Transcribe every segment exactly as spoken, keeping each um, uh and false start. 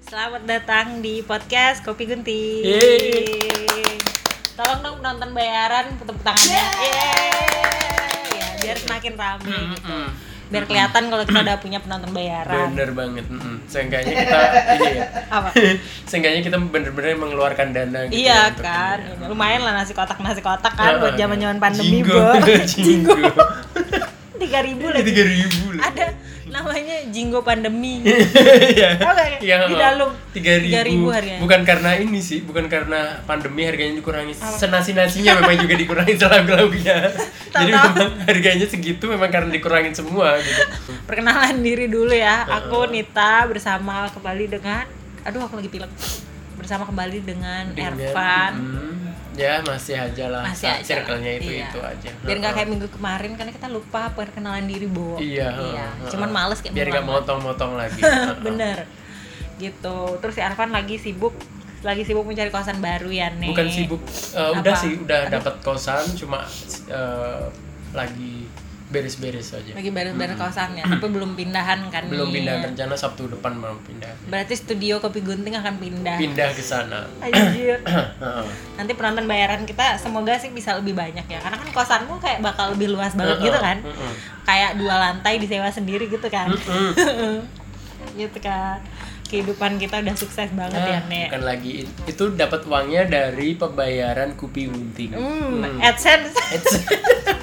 Selamat datang di podcast Kopi Gunting. Yeay. Tolong dong penonton bayaran tepuk tangannya. Yeay. Ya, biar semakin ramai Mm, gitu. mm. Biar kelihatan kalau kita udah punya penonton bayaran. Bener banget. Mm-mm. Seenggaknya kita ini ya. Apa? Seenggaknya kita bener-bener mengeluarkan dana gitu. Iya untuk kan. ini. Lumayan lah nasi kotak nasi kotak kan Ah, buat zaman-zaman pandemi, Jinggo. Bo. Jinggo. tiga ribu lagi. tiga ribu lah. Ada namanya Jinggo pandemi. Iya. Tahu nggak? Iya, Di dalam tiga ribu harganya. Bukan karena ini sih, bukan karena pandemi harganya dikurangi. Senasi-nasinya memang juga dikurangi selalu-lalunya. Jadi Tahu-tahu. memang harganya segitu memang karena dikurangin semua gitu. Perkenalan diri dulu ya. Aku Nita bersama kembali dengan aduh aku lagi pilek. Bersama kembali dengan, Dengan, Ervan. mm, ya masih aja lah. Masih aja. Circle-nya itu Iya. itu aja. Biar nggak kayak minggu kemarin karena kita lupa perkenalan diri, Bo. Iya, Iya. heeh, Cuman heeh. males kayak biar nggak ngulang. motong-motong lagi. Bener. Gitu. Terus si Ervan lagi sibuk lagi sibuk mencari kosan baru ya, Nek. Bukan sibuk, uh, udah Apa? sih udah Aduh. dapat kosan, cuma uh, lagi beres-beres aja. Lagi beres-beres Mm-mm. kosannya, tapi belum pindahan kan. Belum nih. pindah, rencana Sabtu depan mau pindah. Berarti studio Kopi Gunting akan pindah. Pindah ke sana. Anjir. Heeh. Nanti penonton bayaran kita semoga sih bisa lebih banyak ya. Karena kan kosanmu kayak bakal lebih luas banget Heeh, gitu kan. heeh. Kayak dua lantai disewa sendiri gitu kan. Mm-mm. Gitu kan. Kehidupan kita udah sukses banget ya, Ah, Nek. bukan lagi itu dapat uangnya dari pembayaran Kopi Gunting. Hmm, Hmm. AdSense. It's-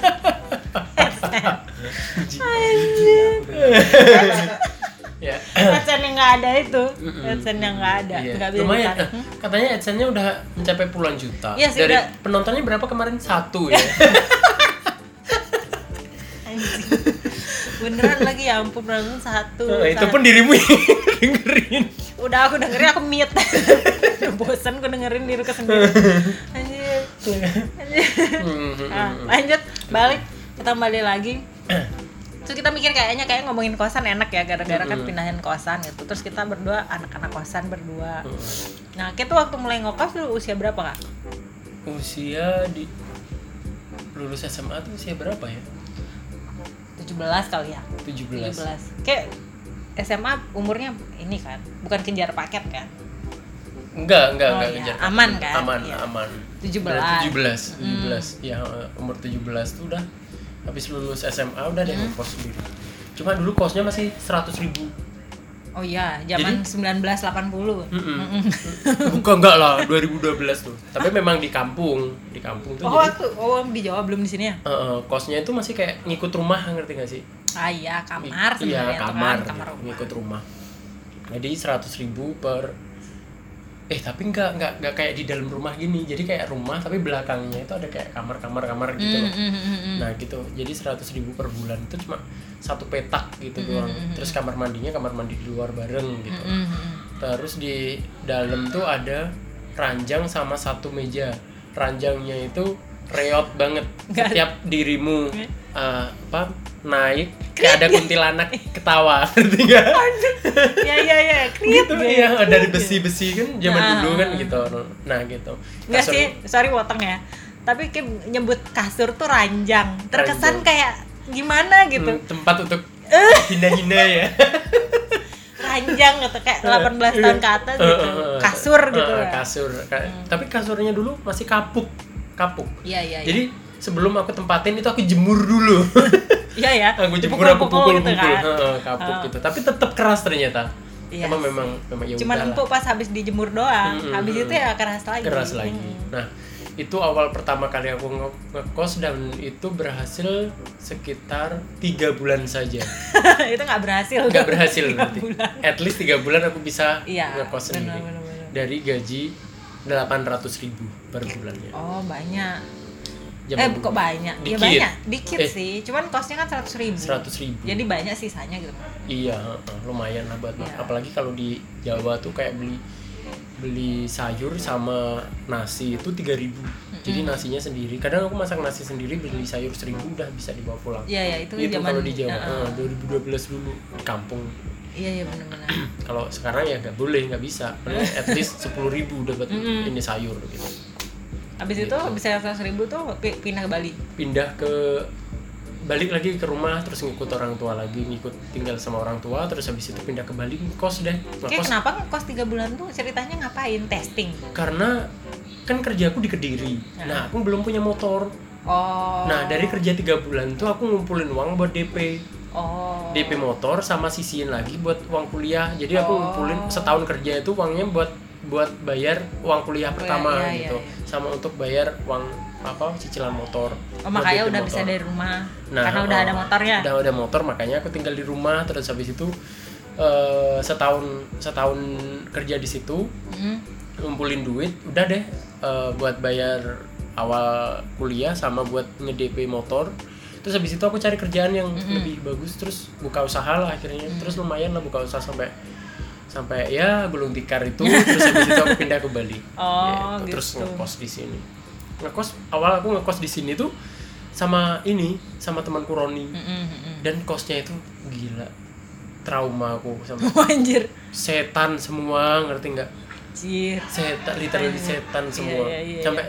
ya. AdSense yang nggak ada itu. Mm-mm. AdSense yang nggak ada. Iya. Nggak bisa Lumayan. ditarik. eh, Katanya AdSense-nya udah mencapai puluhan juta. Iya sih, Dari udah. penontonnya berapa kemarin? Satu ya. Anjing. Beneran lagi ya ampun penonton satu. Nah, itu Satu. pun dirimu yang dengerin. Udah aku dengerin aku mute. Udah bosan aku dengerin diri aku sendiri. Anjir. Anjir. Nah, lanjut balik kita balik lagi. Terus kita mikir kayaknya kayak ngomongin kosan enak ya gara-gara kan Mm-mm. pindahin kosan gitu. Terus kita berdua anak-anak kosan berdua. Nah, kita waktu mulai ngekos dulu usia berapa, Kak? Usia di lulus S M A tuh usia berapa ya? tujuh belas kali ya. tujuh tujuh belas. belas. Kayak S M A umurnya ini kan, bukan kejar paket kan? Enggak, enggak, Oh, enggak iya. kejar. Aman kan? Aman, Iya. aman. tujuh belas. tujuh belas, tujuh Mm. belas. Ya, umur tujuh belas tuh udah habis lulus S M A udah deh Mm. ngekos sendiri. Cuma dulu kosnya masih seratus ribu. Oh iya, zaman Jadi- sembilan belas delapan puluh. Mm-mm. Bukan enggak lah, dua ribu dua belas tuh. Tapi memang di kampung, di kampung tuh Oh, jadi waktu oh di Jawa belum di sini ya? eh, eh, kosnya itu masih kayak ngikut rumah, ngerti gak sih? Ah iya, kamar I- iya, sebenarnya tuh kamar, kan, kamar rumah. ngikut rumah. Jadi seratus ribu per eh tapi enggak enggak enggak kayak di dalam rumah gini. Jadi kayak rumah tapi belakangnya itu ada kayak kamar-kamar kamar gitu loh. Mm, mm, mm, mm. Nah, gitu. Jadi seratus ribu per bulan itu cuma satu petak gitu Mm, doang. mm, mm, Terus kamar mandinya kamar mandi di luar bareng gitu. Mm, mm, mm. Terus di dalam tuh ada ranjang sama satu meja. Ranjangnya itu reot banget. Nggak- Setiap dirimu Nggak. eh, apa naik kayak ada kuntilanak ketawa, ngerti nggak? Ya ya ya, creep Gitu deh. ya, dari besi-besi kan zaman Nah. dulu kan gitu. Nah, gitu. Enggak Kasur- sih, sorry potong ya. Tapi kayak nyebut kasur tuh ranjang. Terkesan Ranjang. kayak gimana gitu. Hmm, tempat untuk hina-hina ya. Ranjang gitu kayak delapan belas tahun ke atas gitu. Eh, eh, eh, Kasur eh, gitu. eh, ya. kasur. Ka- Tapi kasurnya dulu masih kapuk. Kapuk. Iya iya iya. Jadi sebelum aku tempatin itu aku jemur dulu. Iya ya. aku jemur aku Dipukul-pukul pukul-pukul. gitu kan. Heeh, kapuk Oh. gitu. Tapi tetap keras ternyata. Iya Emang sih. memang memang ya Cuman udahlah. empuk pas habis dijemur doang. Mm-mm. Habis itu ya keras lagi. Keras lagi. Mm. Nah, itu awal pertama kali aku nge- ngekos dan itu berhasil sekitar tiga bulan saja. Itu nggak berhasil. Nggak berhasil Tiga berarti. bulan. At least tiga bulan aku bisa Iya. ngekos sendiri. benar, benar, benar. Dari gaji delapan ratus ribu per bulannya. Oh banyak. Zaman eh dulu. kok banyak? Ya Dikit. banyak, dikit Eh. sih. Cuman kosnya kan seratus ribu. seratus ribu. Jadi banyak sisanya gitu. Iya, heeh, lumayan lah buat Iya. makan. Apalagi kalau di Jawa tuh kayak beli beli sayur sama nasi itu tiga ribu. Jadi nasinya sendiri. Kadang aku masak nasi sendiri, beli sayur seribu udah bisa dibawa pulang. Iya ya itu, Itu zaman kalau di Jawa, Heeh. eh, dua ribu dua belas dulu di kampung. Iya iya benar-benar. Kalau sekarang ya nggak boleh, nggak bisa. Paling at least sepuluh ribu dapat Mm-mm. ini sayur gitu. Habis itu Gitu. bisa seratus ribu tuh pi- pindah ke Bali. Pindah ke balik lagi ke rumah, terus ngikut orang tua lagi, ngikut tinggal sama orang tua, terus habis itu pindah ke Bali ngekos deh. Oke, kenapa ngekos tiga bulan tuh ceritanya ngapain? Testing? Karena kan kerja aku di Kediri, nah, nah aku belum punya motor. Oh. Nah dari kerja tiga bulan tuh aku ngumpulin uang buat D P. Oh. D P motor sama sisihin lagi buat uang kuliah. Jadi aku oh. ngumpulin setahun kerja itu uangnya buat buat bayar uang kuliah pertama oh, iya, gitu, iya, iya. sama untuk bayar uang apa cicilan motor. Oh makanya udah motor. Bisa dari rumah. Nah, karena udah uh, ada motornya. Udah ada motor, makanya aku tinggal di rumah. Terus habis itu uh, setahun setahun kerja di situ, mm. ngumpulin duit, udah deh uh, buat bayar awal kuliah sama buat nge-D P motor. Terus habis itu aku cari kerjaan yang mm-hmm. lebih bagus, terus buka usaha lah akhirnya. Mm. Terus lumayan lah buka usaha sampai sampai ya gulung tikar itu. Terus habis itu aku pindah ke Bali. Oh, gitu. Terus gitu. ngekos di sini. Ngekos awal aku ngekos di sini tuh sama ini sama temanku Roni. Mm-hmm. Dan kosnya itu gila. Trauma aku sama. Oh, anjir. Setan semua, ngerti enggak? Anjir. Setan, literally setan semua. Iya, iya, iya. Sampai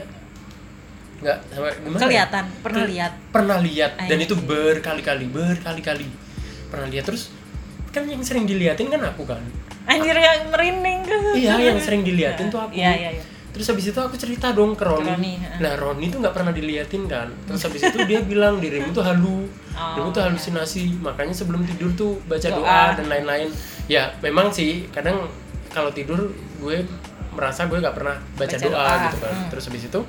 enggak sampai gimana? Kelihatan, ya? pernah lihat. Pernah lihat dan itu berkali-kali, berkali-kali. Pernah lihat terus kan yang sering diliatin kan aku kan. Anjir yang merinding kan. Iya, yang sering diliatin tuh aku. Iya, iya, iya. Terus habis itu aku cerita dong ke Roni. Roni nah, Roni tuh enggak pernah diliatin kan. Terus habis itu dia bilang dirimu tuh halu. Oh, dirimu tuh halusinasi. Makanya sebelum tidur tuh baca doa, doa dan lain-lain. Ya, memang sih kadang kalau tidur gue merasa gue enggak pernah baca, baca doa, doa gitu kan. Hmm. Terus habis itu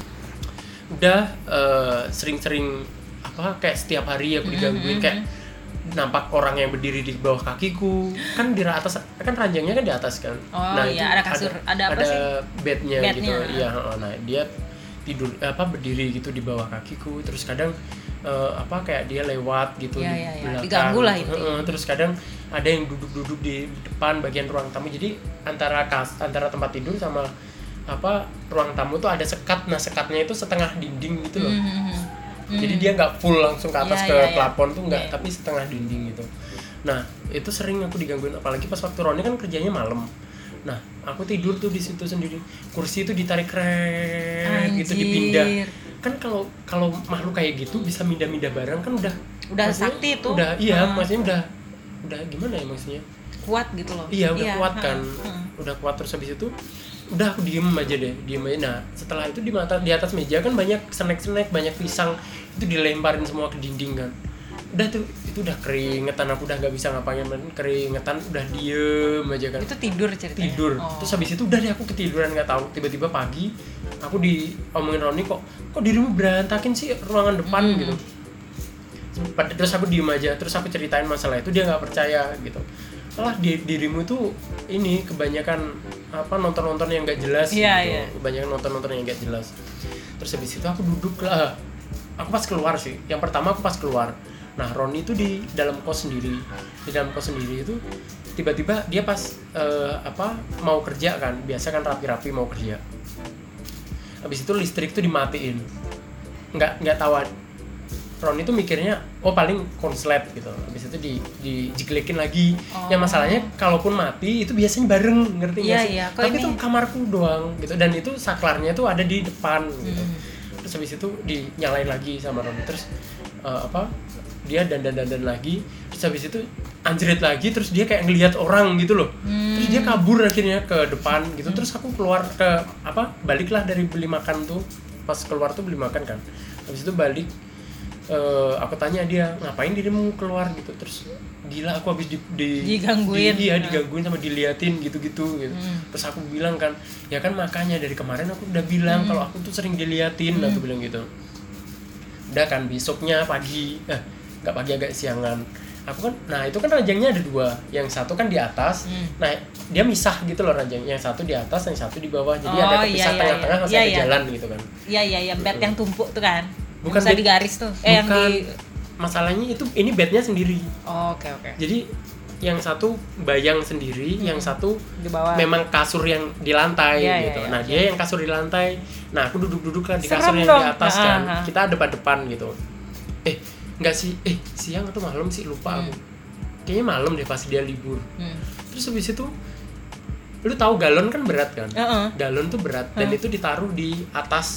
udah uh, sering-sering apa kayak setiap hari aku digangguin mm-hmm. kayak nampak orang yang berdiri di bawah kakiku kan di atas kan ranjangnya kan di atas kan. Oh, nah iya, itu ada kasur ada, ada apa ada sih bednya, bednya gitu iya nah dia tidur apa berdiri gitu di bawah kakiku terus kadang uh, apa kayak dia lewat gitu ya, di ya, ya. belakang diganggu lah itu uh, terus kadang ada yang duduk-duduk di depan bagian ruang tamu jadi antara kas antara tempat tidur sama apa ruang tamu tuh ada sekat, nah sekatnya itu setengah dinding gitu loh. Mm-hmm. Jadi dia nggak full langsung ke atas yeah, ke yeah, plafon yeah. tuh nggak, yeah. tapi setengah dinding gitu. Nah itu sering aku digangguin, apalagi pas waktu Roni kan kerjanya malam. Nah aku tidur tuh di situ sendiri, kursi itu ditarik krek gitu dipindah. Kan kalau kalau makhluk kayak gitu bisa mindah-mindah barang kan udah udah sakti itu. Udah iya, hmm. maksudnya udah udah gimana ya maksudnya? Kuat gitu loh. Iya udah iya, kuat kan, hmm. udah kuat terus habis itu. Udah aku diem aja deh, diem aja. Nah setelah itu di mata di atas meja kan banyak snack-snack, banyak pisang itu dilemparin semua ke dinding kan. Udah tuh itu udah keringetan, aku udah nggak bisa ngapain, keringetan, udah diem aja kan. Itu tidur ceritanya. Tidur. Oh. Terus habis itu udah deh aku ketiduran nggak tahu. Tiba-tiba pagi aku diomongin Roni kok kok dirimu berantakin sih ruangan depan hmm. gitu. Terus aku diem aja, terus aku ceritain masalah itu dia nggak percaya gitu. Malah di, dirimu tuh ini kebanyakan apa nonton-nonton yang nggak jelas yeah, gitu, yeah. kebanyakan nonton-nonton yang nggak jelas. Terus habis itu aku duduk lah, aku pas keluar sih. Yang pertama aku pas keluar. Nah Roni itu di dalam kos sendiri, di dalam kos sendiri itu tiba-tiba dia pas uh, apa mau kerja kan, biasa kan rapi-rapi mau kerja. Habis itu listrik tuh dimatiin, nggak nggak tahu. Roni tuh mikirnya oh paling konslet gitu, habis itu di dijeglekin lagi. Oh. Yang masalahnya kalaupun mati itu biasanya bareng, ngerti nggak yeah, sih? Yeah. Tapi ini... tuh kamarku doang gitu, dan itu saklarnya tuh ada di depan gitu. Hmm. Terus habis itu dinyalain lagi sama Roni, terus uh, apa dia dandan-dandan lagi, terus habis itu anjrit lagi, terus dia kayak ngelihat orang gitu loh. Hmm. Terus dia kabur akhirnya ke depan gitu. Hmm. Terus aku keluar ke apa baliklah dari beli makan tuh, pas keluar tuh beli makan kan, habis itu balik. Uh, aku tanya dia ngapain dirimu keluar gitu, terus gila aku habis di, di digangguin di, iya digangguin sama diliatin gitu-gitu gitu. Hmm. Terus aku bilang kan ya kan makanya dari kemarin aku udah bilang hmm. kalau aku tuh sering diliatin, hmm. aku bilang gitu. Udah kan besoknya pagi eh nggak pagi agak siangan aku kan, nah itu kan ranjangnya ada dua, yang satu kan di atas, hmm. nah dia misah gitu loh ranjang, yang satu di atas, yang satu di bawah, jadi oh, ada kepisah iya, tengah-tengah iya, masih iya, ada iya. jalan gitu kan. Iya iya iya bed yang tumpuk tuh kan. Bukan bisa bed, di garis tuh. Eh yang di masalahnya itu ini bednya sendiri. Oh, oke okay, oke. Okay. Jadi yang satu bayang sendiri, hmm. yang satu di bawah. Memang kasur yang di lantai ya, gitu. Ya, ya, nah, ya. dia yang kasur di lantai. Nah, aku duduk-duduk kan di Serem kasur yang dong. di atas nah, kan. Aha. Kita depan-depan gitu. Eh, enggak sih. Eh, siang atau malam sih lupa hmm. aku. Kayaknya malam deh pas dia libur. Hmm. Terus habis itu lu tahu galon kan berat kan? Uh-uh. Galon tuh berat dan uh. itu ditaruh di atas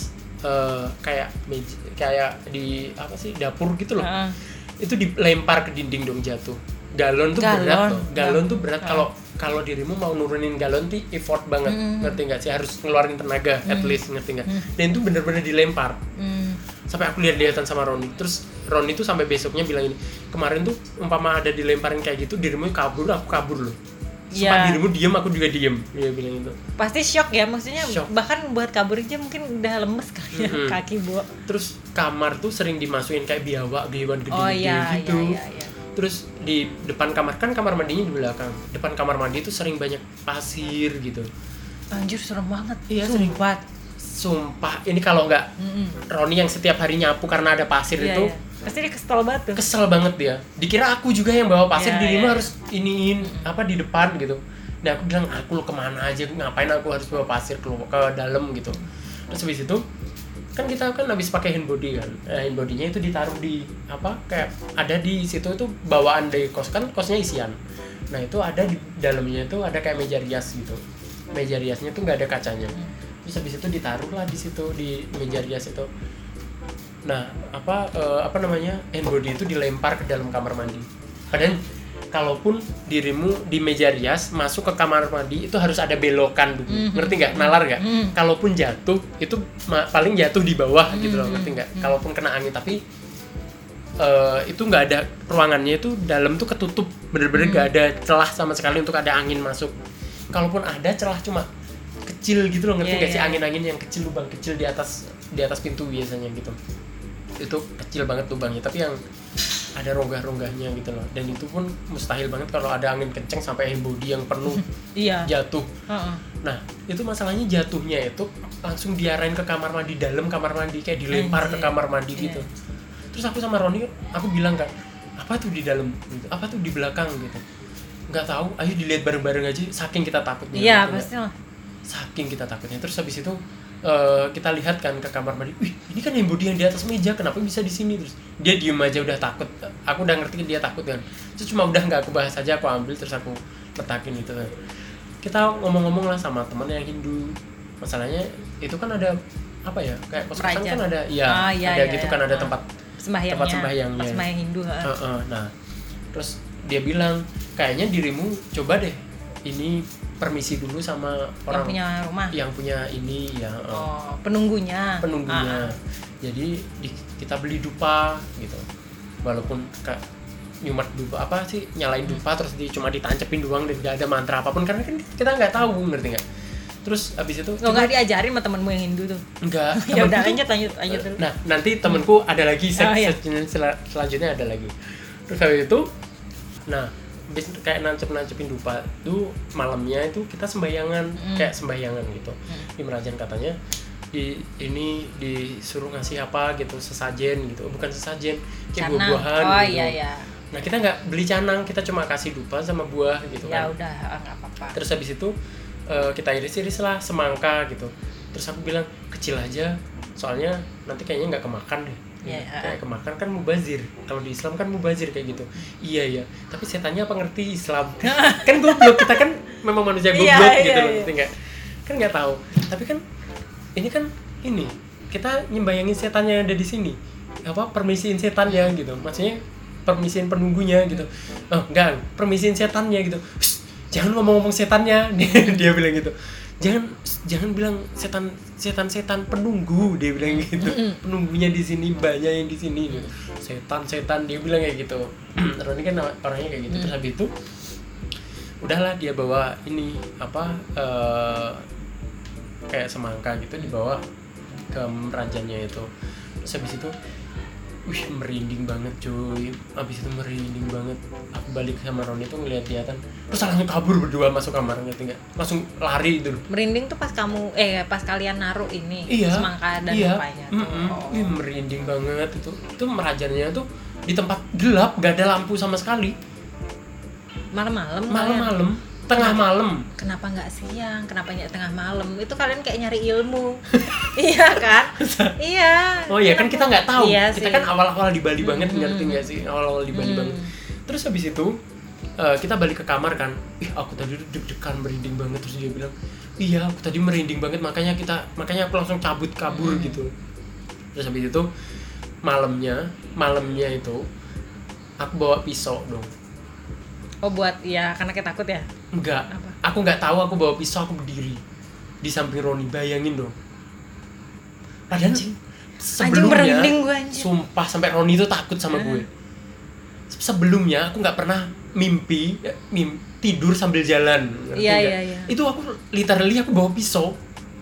uh, kayak meja, kayak di apa sih dapur gitu loh. Uh. Itu dilempar ke dinding dong jatuh. Galon tuh galon. berat loh. Galon ya. tuh berat uh. kalau kalau dirimu mau nurunin galon tuh effort banget. Mm. Ngerti nggak sih? Harus ngeluarin tenaga mm. at least, ngerti nggak? Mm. Dan itu bener-bener dilempar. Mm. Sampai aku lihat-lihatan sama Roni. Terus Roni tuh sampai besoknya bilang ini, kemarin tuh umpama ada dilemparin kayak gitu, dirimu kabur, aku kabur loh. Sumpah ya. Dirimu diem, aku juga diem. Dia bilang itu. Pasti shock ya, maksudnya shock. Bahkan buat kabur aja mungkin udah lemes kali ya, mm-hmm. kaki bu. Terus kamar tuh sering dimasukin kayak biawak, hewan gede-gede oh, iya, gitu. Iya, iya, iya. Terus di depan kamar, kan kamar mandinya di belakang. Depan kamar mandi tuh sering banyak pasir gitu. Anjir, serem banget. Iya, sering banget. Sumpah, ini kalau nggak mm-hmm. Roni yang setiap hari nyapu karena ada pasir iya, itu. Iya. Pasti dia kesel banget tuh. Kesel banget dia. Dikira aku juga yang bawa pasir, yeah, dirimu yeah. harus iniin mm-hmm. apa di depan gitu. Nah aku bilang, aku lu kemana aja, ngapain aku harus bawa pasir ke, ke dalam gitu. Terus habis itu kan kita kan habis pakai hand body kan. Eh, hand body-nya itu ditaruh di apa kayak ada di situ itu bawaan dari kos, kan kosnya isian. Nah itu ada di dalamnya itu ada kayak meja rias gitu. Meja riasnya tuh nggak ada kacanya. Terus habis itu ditaruh lah di situ di meja rias itu. Nah, apa uh, apa namanya? Hand body itu dilempar ke dalam kamar mandi. Padahal kalaupun dirimu di meja rias masuk ke kamar mandi itu harus ada belokan dulu. Mm-hmm. Ngerti enggak? Nalar enggak? Mm-hmm. Kalaupun jatuh itu ma- paling jatuh di bawah mm-hmm. gitu loh, ngerti enggak? Mm-hmm. Kalaupun kena angin tapi uh, itu enggak ada ruangannya itu dalam tuh ketutup, bener-bener enggak mm-hmm. ada celah sama sekali untuk ada angin masuk. Kalaupun ada celah cuma kecil gitu loh, ngerti enggak yeah, sih? Yeah. Angin-angin yang kecil, lubang kecil di atas di atas pintu biasanya gitu. Itu kecil banget lubangnya, tapi yang ada ronggah-ronggahnya gitu loh. Dan itu pun mustahil banget kalau ada angin kenceng sampai hand body yang penuh iya. jatuh. Uh-uh. Nah, itu masalahnya jatuhnya itu langsung diarahin ke kamar mandi, dalam kamar mandi, kayak dilempar Anjir. ke kamar mandi gitu. Yeah. Terus aku sama Roni, aku bilang kan, apa tuh di dalam gitu? Apa tuh di belakang gitu? Nggak tahu, ayo dilihat bareng-bareng aja, saking kita takutnya. Iya, gitu, pasti lah. Saking kita takutnya. Terus habis itu Uh, kita lihat kan ke kamar mandi, wih ini kan hand body yang di atas meja, kenapa bisa di sini? Terus dia diem aja udah takut, aku udah ngerti dia takut kan. Terus cuma udah nggak aku bahas aja, aku ambil terus aku letakin itu kan. Kita ngomong-ngomong lah sama teman yang Hindu, masalahnya itu kan ada apa ya kayak kos-kosan kan ada, ya ah, iya, ada iya, gitu iya. kan ada tempat sembahyangnya, tempat sembahyangnya, tempat sembahyang Hindu. Uh, uh, nah terus dia bilang kayaknya dirimu coba deh ini permisi dulu sama orang yang punya rumah, yang punya ini ya oh, penunggunya penunggunya. Ah. Jadi di, kita beli dupa gitu, walaupun kak nyumat dupa apa sih nyalain dupa hmm. terus di, cuma ditancepin doang dan nggak ada mantra apapun karena kan kita nggak tahu, ngerti nggak? Terus abis itu nggak nggak diajarin sama temenmu yang Hindu tuh? Nggak. Ya udah lanjut lanjut lanjut dulu. Nah nanti temenku hmm. ada lagi set, oh, iya. sel- selanjutnya ada lagi. Terus habis itu, nah bis kayak nancep-nancepin dupa tuh malamnya itu kita sembayangan mm. kayak sembayangan gitu mm. di Merajan katanya di ini disuruh ngasih apa gitu sesajen gitu, bukan sesajen kayak canang. Buah-buahan oh, gitu. Iya, iya. Nah kita nggak beli canang, kita cuma kasih dupa sama buah gitu ya kan. Udah nggak apa-apa. Terus habis itu uh, kita iris-iris lah semangka gitu. Terus aku bilang kecil aja soalnya nanti kayaknya nggak kemakan deh. Ya, kayak kemakan kan mubazir, kalau di Islam kan mubazir kayak gitu. Iya ya, tapi setannya apa ngerti Islam? Kan goblok, kita kan memang manusia goblok iya, gitu iya, loh, ngerti nggak? Kan nggak tahu. Tapi kan ini kan ini kita nyembayangin setannya yang ada di sini. Apa permisiin setannya gitu? Maksudnya permisiin penunggunya gitu. Oh enggak, permisiin setannya gitu. Jangan ngomong-ngomong setannya, dia bilang gitu. Jangan jangan bilang setan setan setan penunggu, dia bilang gitu. Penunggunya di sini, banyak yang di sini gitu. Setan setan dia bilang kayak gitu. Roni kan orangnya kayak gitu. Terus habis itu udahlah dia bawa ini apa uh, kayak semangka gitu dibawa ke Merajannya itu. Terus habis itu wih merinding banget cuy, abis itu merinding banget. Aku balik sama Roni tuh ngeliat dia kan, terus langsung kabur berdua masuk kamar, ngerti nggak? Langsung lari itu. Merinding tuh pas kamu, eh pas kalian naruh ini iya, semangka dan iya. rupanya. Oh. Wih merinding banget itu. Itu Merajannya tuh di tempat gelap, gak ada lampu sama sekali. Malam-malam. Malam-malam. Tengah malam. Kenapa nggak siang? Kenapa nggak tengah malam? Itu kalian kayak nyari ilmu. Iya kan? Iya. Oh iya kan kita nggak tahu. Iya kita sih. kan awal-awal di Bali hmm. banget, ngerti nggak sih? Awal-awal di Bali hmm. banget. Terus habis itu uh, kita balik ke kamar kan. Ih aku tadi deg-degan merinding banget. Terus dia bilang, iya aku tadi merinding banget makanya kita makanya aku langsung cabut kabur hmm. gitu. Terus habis itu malamnya malamnya itu aku bawa pisau dong. Oh buat ya karena kayak takut ya? Enggak. Apa? Aku nggak tahu aku bawa pisau, aku berdiri di samping Roni, bayangin dong. Padahal sebelumnya, anjing gue, anjing. Sumpah sampai Roni itu takut sama gue. Sebelumnya aku nggak pernah mimpi, mimpi tidur sambil jalan. Iya iya iya. Itu aku literally aku bawa pisau.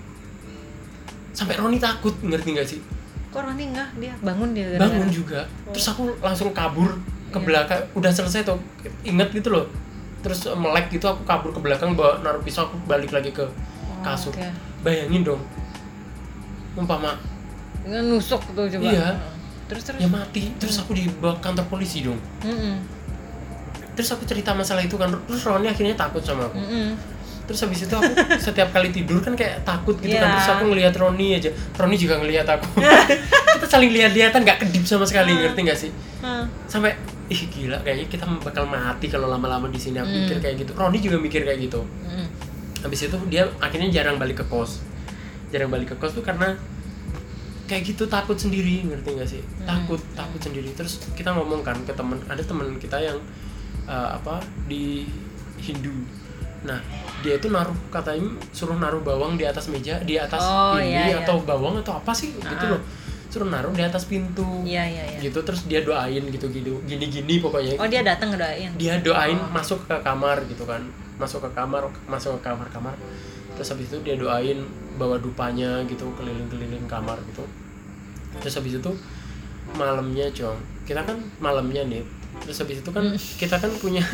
Sampai Roni takut, ngerti nggak sih? Kok Roni enggak? Dia bangun dia. Bangun juga. Terus aku langsung kabur ke Iya. belakang. Udah selesai tuh, inget gitu loh. Terus melek gitu aku kabur ke belakang bawa naruh pisau, aku balik lagi ke kasur. Okay. Bayangin dong. Umpama nusuk tuh coba. Iya. Terus terus. Ya mati. Terus aku dibawa kantor polisi dong. Mm-mm. Terus aku cerita masalah itu kan. Terus Roni akhirnya takut sama aku. Mm-mm. Terus habis itu aku setiap kali tidur kan kayak takut gitu Yeah. kan. Terus aku ngelihat Roni aja. Roni juga ngelihat aku. Kita saling lihat-lihatan, nggak kedip sama sekali, ngerti nggak sih? Hmm. Sampai ih gila kayaknya kita bakal mati kalau lama-lama di sini. Aku Mm. mikir kayak gitu. Roni juga mikir kayak gitu. Mm. Habis itu dia akhirnya jarang balik ke kos. Jarang balik ke kos tuh karena kayak gitu, takut sendiri, ngerti nggak sih? Hmm. Takut, takut sendiri. Terus kita ngomong kan ke teman, ada teman kita yang uh, apa di Hindu. Nah dia itu naruh, katanya suruh naruh bawang di atas meja, di atas Oh, ini iya, iya. atau bawang atau apa sih gitu Uh-uh. loh. Suruh naruh di atas pintu. Iya iya iya. Gitu terus dia doain gitu-gitu, gini-gini pokoknya. Oh dia datang ngedoain. Dia doain Oh. masuk ke kamar gitu kan, masuk ke kamar, masuk ke kamar-kamar. Terus habis itu dia doain bawa dupanya gitu keliling-keliling kamar gitu. Terus habis itu malamnya Cong, kita kan malamnya nih. Terus habis itu kan Hmm. kita kan punya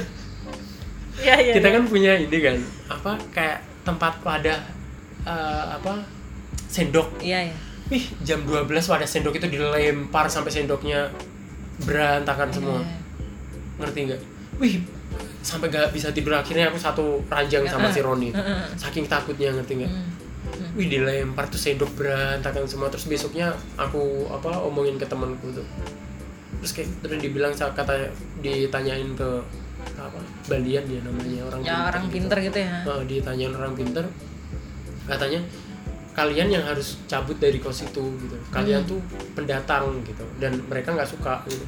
Iya iya. kita kan punya ini kan apa kayak tempat wadah uh, apa sendok. Iya iya. Wih jam dua belas wadah sendok itu dilempar sampai sendoknya berantakan semua. Iya. Ngerti nggak? Wih sampai gak bisa tidur, akhirnya aku satu ranjang sama si Roni. Saking takutnya, ngerti nggak? Mm. Wih dilempar tuh sendok berantakan semua. Terus besoknya aku apa omongin ke temanku tuh. Terus kayak terus dibilang saat katanya ditanyain ke apa Balian ya namanya orang Ya orang pinter gitu ya. Nah, ditanyain orang pinter, katanya kalian yang harus cabut dari kos itu gitu. Kalian Hmm. tuh pendatang gitu dan mereka nggak suka gitu.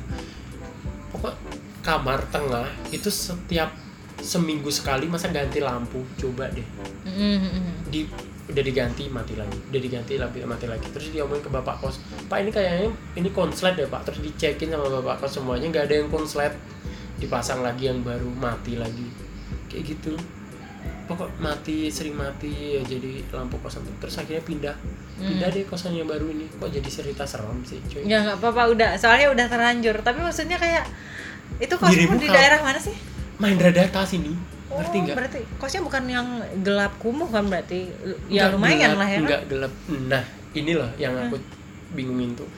Pokok kamar tengah itu setiap seminggu sekali masa ganti lampu, coba deh. Mm-mm. Di udah diganti mati lagi, udah diganti lagi mati lagi. Terus dia omongin ke bapak kos, Pak ini kayaknya ini konslet ya Pak. Terus dicekin sama bapak kos semuanya nggak ada yang konslet, dipasang lagi yang baru mati lagi, kayak gitu. Pokok mati, sering mati ya jadi lampu kosan. Terus akhirnya pindah, pindah deh kosan yang baru ini. Kok jadi cerita serem sih cuy? Ya nggak apa-apa udah, soalnya udah terlanjur. Tapi maksudnya kayak itu Dirimu kosmu di kalau- daerah mana sih? Mahendra Data sini, ngerti Oh, nggak? berarti kosnya bukan yang gelap kumuh kan berarti? Ya Nggak lumayan gelap, lah ya kan? nggak gelap. Nah inilah yang aku bingungin tuh.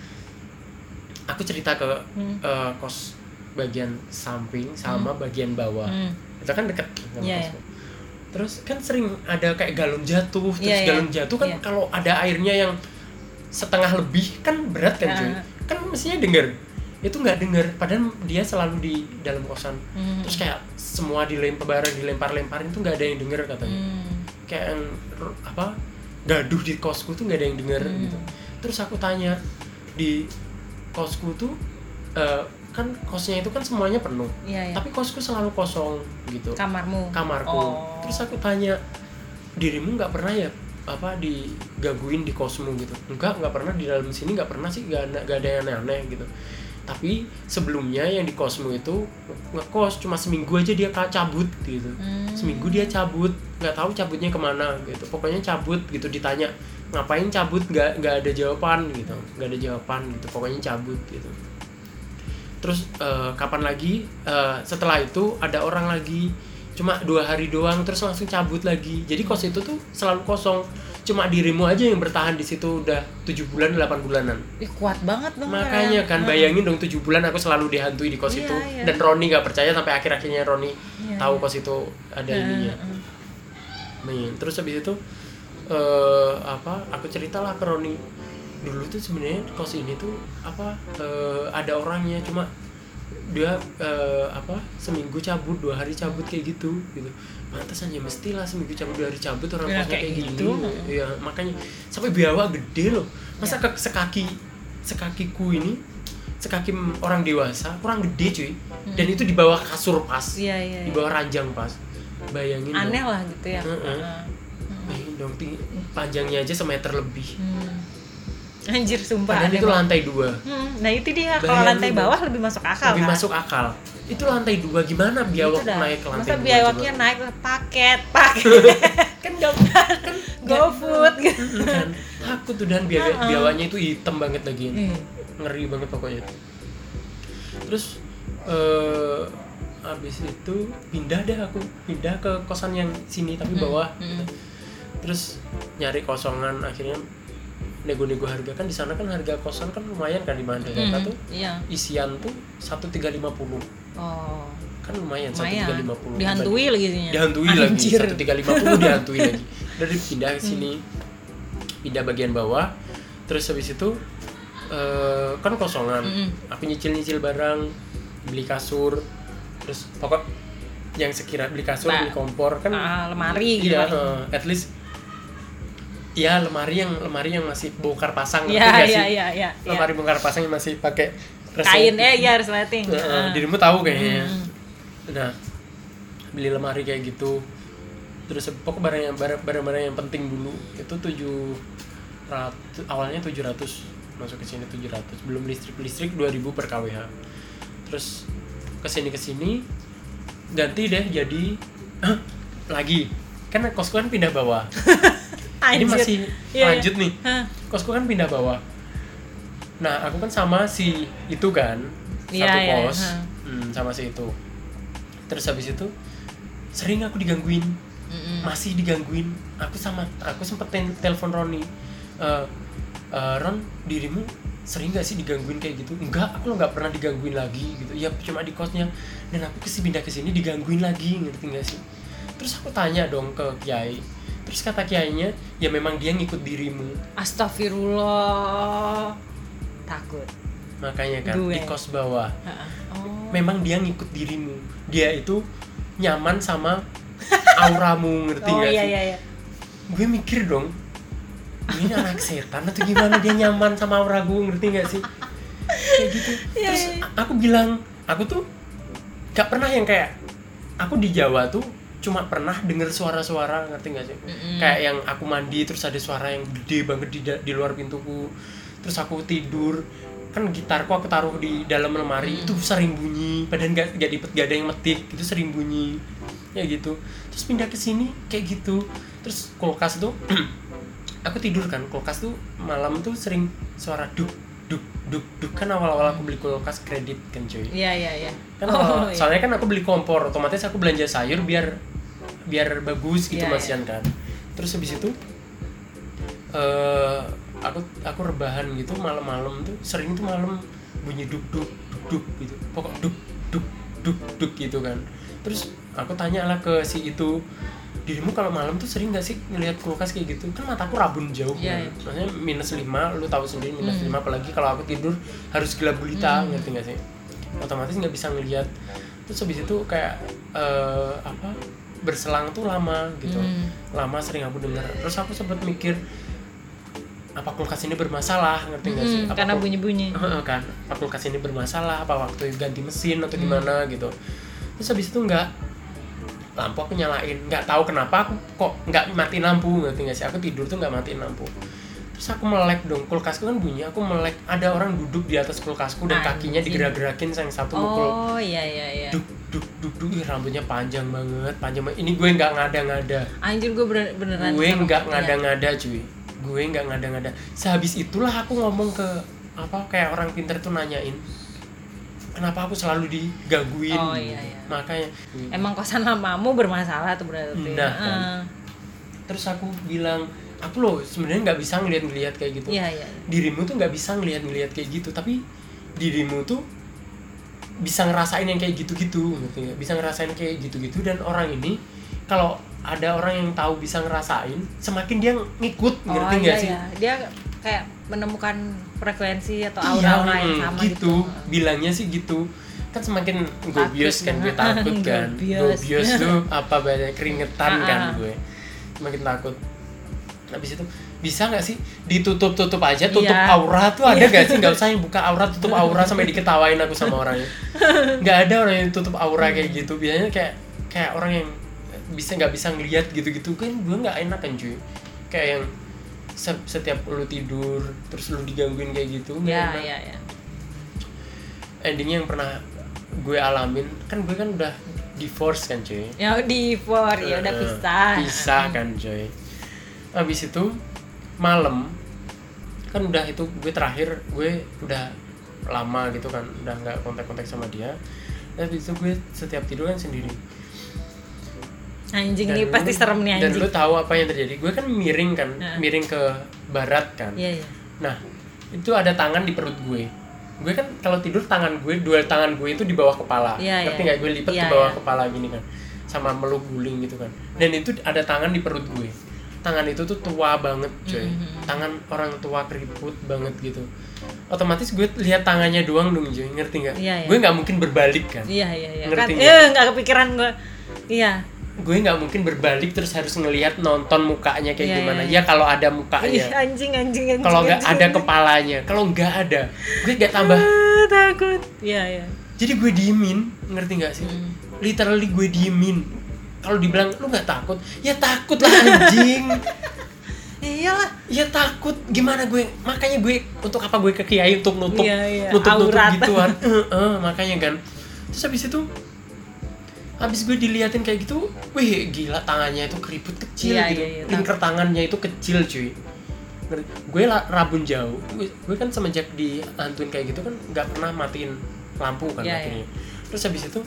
Aku cerita ke Hmm. eh, kos bagian samping sama bagian bawah. Hmm. Itu kan deket sama Iya, kosku. Terus kan sering ada kayak galon jatuh, terus Iya, iya. galon jatuh kan Iya. kalau ada airnya yang setengah lebih kan berat kan cuy. Ya. Kan mestinya denger. Itu nggak denger, padahal dia selalu di dalam kosan. Hmm. Terus kayak semua dilempar barang dilempar-lemparin tuh nggak ada yang denger katanya. Hmm. Kayak yang r- apa gaduh di kosku tuh nggak ada yang denger Hmm. gitu. Terus aku tanya di kosku tuh eh, kan kosnya itu kan semuanya penuh, Iya, iya. tapi kosku selalu kosong gitu. Kamarmu. Kamarku. Oh. Terus aku tanya, dirimu nggak pernah ya apa digangguin di kosmu gitu? Enggak, nggak pernah, di dalam sini nggak pernah sih, nggak ada nggak ada yang aneh-aneh gitu. Tapi sebelumnya yang di kosmu itu ngekos cuma seminggu aja dia cabut gitu. Hmm. Seminggu dia cabut, nggak tahu cabutnya kemana gitu. Pokoknya cabut gitu, ditanya ngapain cabut, nggak nggak ada jawaban gitu, nggak ada jawaban gitu. Pokoknya cabut gitu. Terus eh, kapan lagi? Eh, setelah itu ada orang lagi, cuma dua hari doang, terus langsung cabut lagi. Jadi kos itu tuh selalu kosong. Cuma dirimu aja yang bertahan di situ udah tujuh bulan, delapan bulanan. Ih, kuat banget dong. Makanya kan Hmm. bayangin dong tujuh bulan aku selalu dihantui di kos Iya, itu. iya. Dan Roni nggak percaya sampai akhir-akhirnya Roni Iya, tahu iya. kos itu ada Hmm, ininya. hmm. Nih, terus habis itu eh apa? Aku ceritalah ke Roni. Dulu tuh sebenarnya kos ini tuh apa? eh, ada orangnya, cuma dia eh, apa? Seminggu cabut, dua hari cabut kayak gitu gitu. Pantesan ya mestilah seminggu cabut, dua hari cabut orang Ya, kosnya kayak kayak gitu. gini. Iya, makanya sampai biawak gede loh. Masa ke sekaki sekakiku ini, sekaki orang dewasa, kurang gede cuy. Hmm. Dan itu di bawah kasur pas, iya, iya, di bawah ranjang pas. Bayangin aneh dong. lah gitu ya. Uh-uh. Uh-huh. Bayangin dong, tinggi, panjangnya aja semeter lebih. Hmm. Anjir sumpah. Padahal itu lantai dua. Hmm. Nah itu dia, kalau lantai bawah lebih masuk akal. Lebih kan? masuk akal. Itu lantai dua, gimana biawak naik ke lantai masa dua? Masa biawaknya naik paket, paket. Kan gak kan GoFood gitu. Kan takut tuh, dan biawak, uh-uh. biawaknya itu hitam banget lagi. Hmm. Ngeri banget pokoknya. Terus uh, abis itu pindah deh aku, pindah ke kosan yang sini tapi bawah. Hmm. Hmm. Terus nyari kosongan, akhirnya nego-nego harga. Kan di sana kan harga kosan kan lumayan kan di Mandalika hmm. tuh. Iya. Isian tuh seribu tiga ratus lima puluh. Oh. Kan lumayan, seribu tiga ratus lima puluh. Dihantui lagi sih. Dihantui Anjir. lagi seribu tiga ratus lima puluh dihantui lagi. Dari pindah ke sini. Pindah bagian bawah. Terus habis itu uh, kan kosongan. Mm-hmm. Aku nyicil-nyicil barang, beli kasur. Terus pokok yang sekira beli kasur, nah, beli kompor kan uh, lemari gitu. Iya, uh, at least ya lemari yang lemari yang masih bongkar pasang, ya, ya, ya, ya, ya, lemari ya. Bongkar pasang yang masih pakai kain eh ya resleting. Uh, uh. Dirimu tahu kayaknya. Hmm. Nah, beli lemari kayak gitu. Terus pokok barang yang barang-barang yang penting dulu itu tujuh ratus, awalnya tujuh ratus, masuk ke sini tujuh ratus, belum listrik listrik dua ribu per kWh. Terus kesini kesini ganti deh jadi lagi kan kosku kan pindah bawah. Ini masih yeah, lanjut yeah. nih. Huh. Kosku kan pindah bawah. Nah, aku kan sama si itu kan, yeah, satu yeah, kos, huh. hmm, sama si itu. Terus habis itu sering aku digangguin, mm-mm. masih digangguin. Aku sama, aku sempet ten- telepon Roni. Uh, uh, Ron, dirimu sering nggak sih digangguin kayak gitu? Enggak, aku lo nggak pernah digangguin lagi gitu. Ya cuma di kosnya. Dan aku kesini pindah ke sini digangguin lagi, ngerti nggak sih? Terus aku tanya dong ke Kiai. Terus kata kiainya, ya memang dia ngikut dirimu. Astagfirullah. Takut. Makanya kan Gue. Di kos bawah. Oh. Memang dia ngikut dirimu. Dia itu nyaman sama auramu, ngerti oh, gak iya, sih? Iya, iya. Gue mikir dong, ini anak setan atau gimana dia nyaman sama aura gue, ngerti gak sih? Kayak gitu. Terus iya, iya. aku bilang, aku tuh gak pernah yang kayak, aku di Jawa tuh cuma pernah denger suara-suara, ngerti gak sih? Mm-hmm. Kayak yang aku mandi terus ada suara yang gede banget di, di luar pintuku. Terus aku tidur, kan gitarku aku taruh di dalam lemari, mm. itu sering bunyi, padahal gak, gak, dipet, gak ada yang metik, itu sering bunyi. Ya gitu. Terus pindah ke sini kayak gitu. Terus kulkas tuh aku tidur kan, kulkas tuh malam tuh sering suara duk duk duk duk. Kan awal-awal aku beli kulkas kredit kan cuy. Iya iya iya. Kan oh, awal, soalnya kan aku beli kompor, otomatis aku belanja sayur biar biar bagus gitu, yeah, masian yeah. kan. Terus habis itu uh, aku aku rebahan gitu malam-malam tuh sering tuh malam bunyi duk duk duk duk gitu. Pokok duk duk duk duk gitu kan. Terus aku tanya lah ke si itu, dirimu kalau malam tuh sering nggak sih ngelihat kulkas kayak gitu? Kan mataku rabun jauh, yeah, kan? Maksudnya minus lima, lu tahu sendiri minus mm. lima, apalagi kalau aku tidur harus gelap gulita, mm. ngerti nggak sih? Otomatis nggak bisa ngelihat. Terus habis itu kayak uh, apa? Berselang tuh lama gitu, mm. lama sering aku dengar. Terus aku sempat mikir, apa kulkas ini bermasalah, ngerti nggak mm, sih? Apa karena bunyi-bunyi. Uh, kan, apa kulkas ini bermasalah? Apa waktu ganti mesin atau gimana mm. gitu? Terus habis itu nggak, lampu aku nyalain, nggak tahu kenapa aku kok nggak matiin lampu, ngerti nggak sih? Aku tidur tuh nggak matiin lampu. Terus aku melek dong, kulkasku kan bunyi, aku melek, ada orang duduk di atas kulkasku dan kakinya digerak-gerakin, yang satu mukul. Oh iya iya iya. Duk duk duk duk, ih, rambutnya panjang banget, panjang banget. Ini gue nggak ngada-ngada. Anjir gue bener beneran. Gue nggak ngada-ngada cuy, gue nggak ngada-ngada. Sehabis itulah aku ngomong ke apa kayak orang pintar tuh nanyain, kenapa aku selalu digangguin? Oh iya iya. Makanya. Emang kosan lamamu bermasalah tuh berarti. Nah, kan. uh. Terus aku bilang, aku loh sebenarnya nggak bisa ngelihat-ngelihat kayak gitu. Iya, iya. Dirimu tuh nggak bisa ngelihat-ngelihat kayak gitu, tapi dirimu tuh bisa ngerasain yang kayak gitu-gitu, gitu ya. Bisa ngerasain kayak gitu-gitu, dan orang ini kalau ada orang yang tahu bisa ngerasain, semakin dia ngikut, oh, ngerti nggak iya, sih? Iya. Dia kayak menemukan frekuensi atau aura-aura iya, yang sama gitu. gitu. Bilangnya sih gitu. Kan semakin gobios kan gue takut kan. Gobios tuh apa banyak keringetan kan gue. Semakin takut. Habis itu bisa nggak sih ditutup-tutup aja, tutup Iya. aura tuh ada nggak sih? Nggak usah yang buka aura, tutup aura sampai diketawain aku sama orangnya. Nggak ada orang yang tutup aura kayak gitu. Biasanya kayak kayak orang yang bisa nggak bisa ngelihat gitu-gitu kan, gue nggak enak kan cuy. Kayak yang setiap lu tidur terus lu digangguin kayak gitu. Iya iya iya. Endingnya yang pernah gue alamin kan, gue kan udah divorce kan cuy. Ya divorce ya udah pisah. Pisah kan cuy. Habis itu malam kan udah itu gue terakhir gue udah lama gitu kan, udah nggak kontak-kontak sama dia. Dan habis itu gue setiap tidur kan sendiri. Anjing Dan nih lu- pasti serem nih anjing. Dan lu tahu apa yang terjadi? Gue kan miring kan, Nah. miring ke barat kan. Iya iya. Nah, itu ada tangan di perut gue. Gue kan kalau tidur tangan gue, dua tangan gue itu di bawah kepala. Iya, Ngerti iya. nggak? Gue lipat Iya, ke bawah iya. kepala gini kan. Sama meluk guling gitu kan. Dan itu ada tangan di perut gue. Tangan itu tuh tua banget coy. Mhm. Tangan orang tua keriput banget gitu. Otomatis gue lihat tangannya doang dong coy. Ngerti nggak? Iya, iya. Gue nggak mungkin berbalik kan. Iya iya iya. Ngerti Kan nggak? eh nggak kepikiran gue. Iya. Gue nggak mungkin berbalik terus harus ngelihat nonton mukanya kayak Iya, gimana. iya, Ya kalau ada mukanya. Ih, anjing anjing anjing. Kalau nggak anjing. ada kepalanya, kalau nggak ada, gue nggak tambah. Ah, takut. Iya iya. Jadi gue diemin, ngerti nggak sih? Hmm. Literally gue diemin. Kalau dibilang lu nggak takut, ya takut lah anjing. Iyalah. Ya takut. Gimana gue? Makanya gue untuk apa gue ke kiai untuk nutup, Iya, iya. nutup nutup Aurat. gituan. Heeh, makanya kan. Terus habis itu, habis gue diliatin kayak gitu, wih gila tangannya itu keriput kecil Iya, gitu. iya, iya, Lingkar tangannya itu kecil cuy. Ngerti? Gue la- rabun jauh. Gue, gue kan semenjak dihantuin kayak gitu kan nggak pernah matiin lampu kan Iya, matiin. Terus habis itu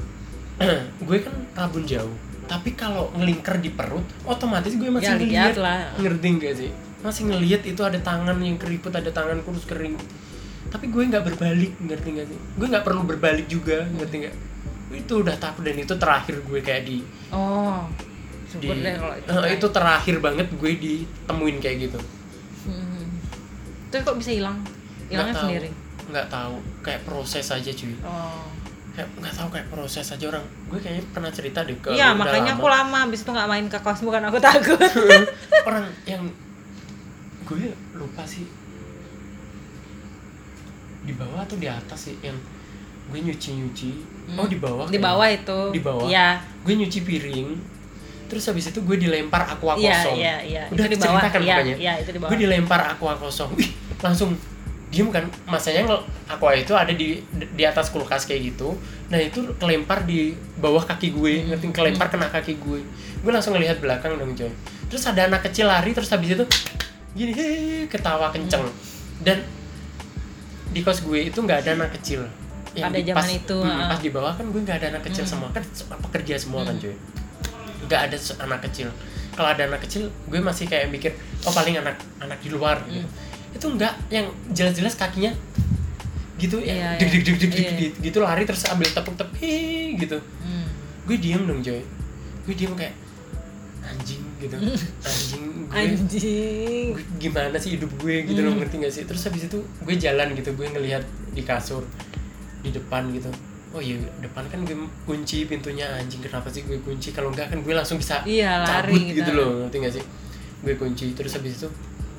gue kan rabun jauh. Tapi kalau ngelingker di perut, otomatis gue masih Ya, ngeliat. lihat lah. Ngerti nggak sih? Masih ngeliat itu ada tangan yang keriput, ada tangan kurus kering. Tapi gue nggak berbalik, ngerti nggak sih? Gue nggak perlu berbalik juga, ngerti nggak? Itu udah takut dan itu terakhir gue kayak di Oh. di Syukur deh kalau itu. Eh, itu terakhir banget gue ditemuin kayak gitu. Hmm. Terus kok bisa hilang? Hilangnya Nggak tahu. sendiri. Nggak tahu, kayak proses aja cuy. Oh. Kayak nggak tahu kayak proses aja orang. Gue kayaknya pernah cerita deh ke Iya, lu, udah makanya lama. aku lama habis itu nggak main ke kosmu kan aku takut. Orang yang gue lupa sih di bawah atau di atas sih yang gue nyuci-nyuci. Oh, di bawah. Di kayaknya. bawah itu. Di bawah. Iya. Gue nyuci piring. Terus habis itu gue dilempar aqua Iya, kosong. iya, iya. Udah Itu di bawah. diceritakan Iya, pokoknya. iya, itu di bawah. Gue dilempar aqua kosong. Wih, langsung diem kan. Masanya ngel- aqua itu ada di di atas kulkas kayak gitu. Nah, itu kelempar di bawah kaki gue, ngerti? Kelempar kena kaki gue. Gue langsung ngelihat belakang dong, coy. Terus ada anak kecil lari terus habis itu gini, hehehe, ketawa kenceng. Dan di kos gue itu nggak ada anak kecil. Yang Pada di- zaman pas, itu, hmm, uh. pas di bawah kan gue nggak ada anak kecil semua kan pekerja semua kan cuy, nggak ada se- anak kecil. Kalau ada anak kecil gue masih kayak mikir oh paling anak anak di luar gitu. Itu enggak, yang jelas-jelas kakinya gitu ya, Iya, dik dik iya. dik dik dik Iya. gitu, gitu lari terus ambil tepuk-tepuk "Hii," gitu. Hmm. Gue diem dong coy, gue diem kayak anjing gitu, anjing gue, Anjing. gue gimana sih hidup gue gitu loh, ngerti gak sih? Terus habis itu gue jalan gitu, gue ngelihat di kasur di depan gitu, oh iya depan kan gue kunci pintunya, anjing kenapa sih gue kunci, kalau enggak kan gue langsung bisa Iya, lari cabut kita. gitu loh, ngerti gak sih? Gue kunci terus habis itu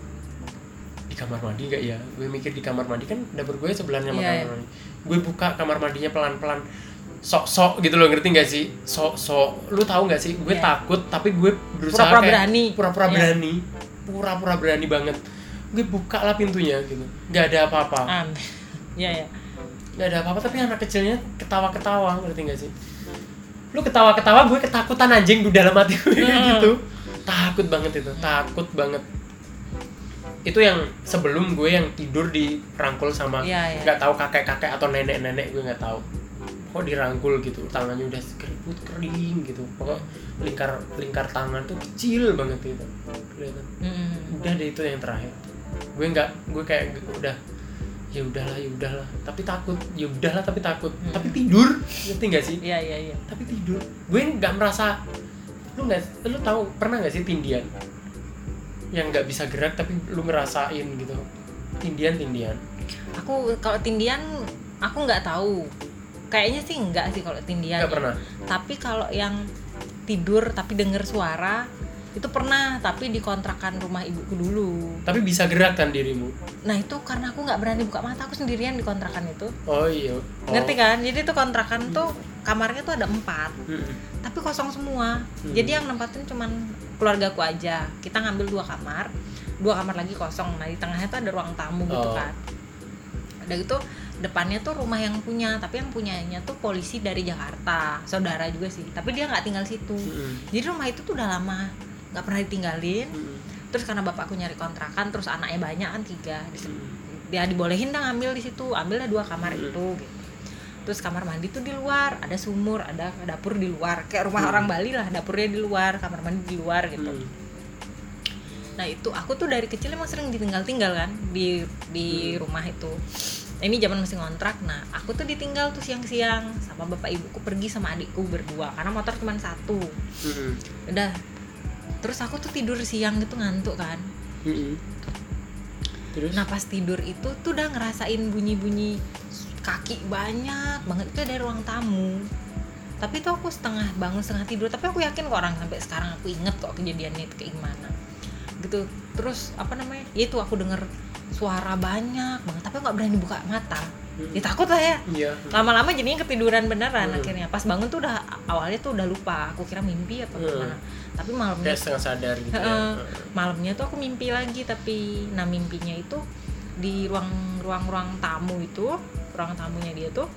di kamar mandi gak ya, gue mikir di kamar mandi kan dapur gue sebelahnya sama Iya, kamar iya. mandi, gue buka kamar mandinya pelan-pelan, sok-sok gitu loh, ngerti gak sih? Sok-sok, lu tahu gak sih? Gue Iya. takut tapi gue berusaha Pura-pura kayak berani. pura-pura Iya. berani, pura-pura berani banget. Gue buka lah pintunya gitu, nggak ada apa-apa, Aneh. Iya ya. nggak ada apa-apa tapi anak kecilnya ketawa-ketawa, ngerti gak sih? Lu ketawa-ketawa, gue ketakutan anjing di dalam hati gue kayak Hmm. gitu, takut banget itu, takut banget. Itu yang sebelum gue yang tidur dirangkul sama Iya, iya. nggak tahu kakek-kakek atau nenek-nenek, gue nggak tahu. Kok dirangkul gitu, tangannya udah keriput kering gitu, pokok lingkar lingkar tangan tuh kecil banget gitu, kelihatan. Hmm. Udah deh itu yang terakhir. Gue nggak, gue kayak udah ya udahlah ya udahlah, tapi takut, ya udahlah tapi takut, Hmm. tapi tidur, ngerti nggak sih? Iya iya iya. Tapi tidur, gue nggak merasa, lu nggak, lu tahu pernah nggak sih tindian yang nggak bisa gerak tapi lu ngerasain gitu, tindian tindian. Aku kalau tindian aku nggak tahu. Kayaknya sih enggak sih kalau tindian. Nggak ya. pernah. Tapi kalau yang tidur tapi dengar suara Itu pernah, tapi di kontrakan rumah ibuku dulu. Tapi bisa gerak kan dirimu? Nah itu karena aku nggak berani buka mata, aku sendirian di kontrakan itu. Oh iya. Oh. Ngerti kan? Jadi tuh kontrakan hmm. tuh kamarnya tuh ada empat, hmm. tapi kosong semua. Hmm. Jadi yang nempatin cuman keluargaku aja. Kita ngambil dua kamar, dua kamar lagi kosong. Nah di tengahnya tuh ada ruang tamu gitu oh. kan. Udah gitu depannya tuh rumah yang punya, tapi yang punyanya tuh polisi dari Jakarta, saudara juga sih. Tapi dia nggak tinggal situ. Hmm. Jadi rumah itu tuh udah lama nggak pernah ditinggalin. Hmm. Terus karena bapakku nyari kontrakan, terus anaknya banyak kan tiga, hmm. dia dibolehin dah ngambil di situ, ambillah dua kamar hmm. itu gitu. Terus kamar mandi tuh di luar, ada sumur, ada dapur di luar, kayak rumah hmm. orang Bali lah, dapurnya di luar, kamar mandi di luar gitu. Hmm. Nah itu aku tuh dari kecil emang sering ditinggal-tinggal kan di di hmm. rumah itu. Ini zaman masih ngontrak. Nah aku tuh ditinggal tuh siang-siang sama bapak ibuku pergi sama adikku berdua karena motor cuma satu. Hmm. Udah. Terus aku tuh tidur siang gitu ngantuk kan. Mm-hmm. Terus? Nah pas tidur itu tuh udah ngerasain bunyi-bunyi kaki banyak banget itu dari ruang tamu. Tapi tuh aku setengah bangun setengah tidur. Tapi aku yakin kok orang sampai sekarang aku inget kok kejadiannya itu kayak gimana. Gitu. Terus apa namanya? Ya itu aku denger suara banyak banget. Tapi aku gak berani buka mata. Mm-hmm. Ya takut lah ya. Yeah. Lama-lama jadinya ketiduran beneran mm-hmm. akhirnya. Pas bangun tuh udah awalnya tuh udah lupa. Aku kira mimpi apa mm-hmm. gimana. Tapi malamnya ya, setengah sadar gitu uh, ya. Malamnya tuh aku mimpi lagi, tapi nah mimpinya itu di ruang ruang ruang tamu itu, ruang tamunya dia tuh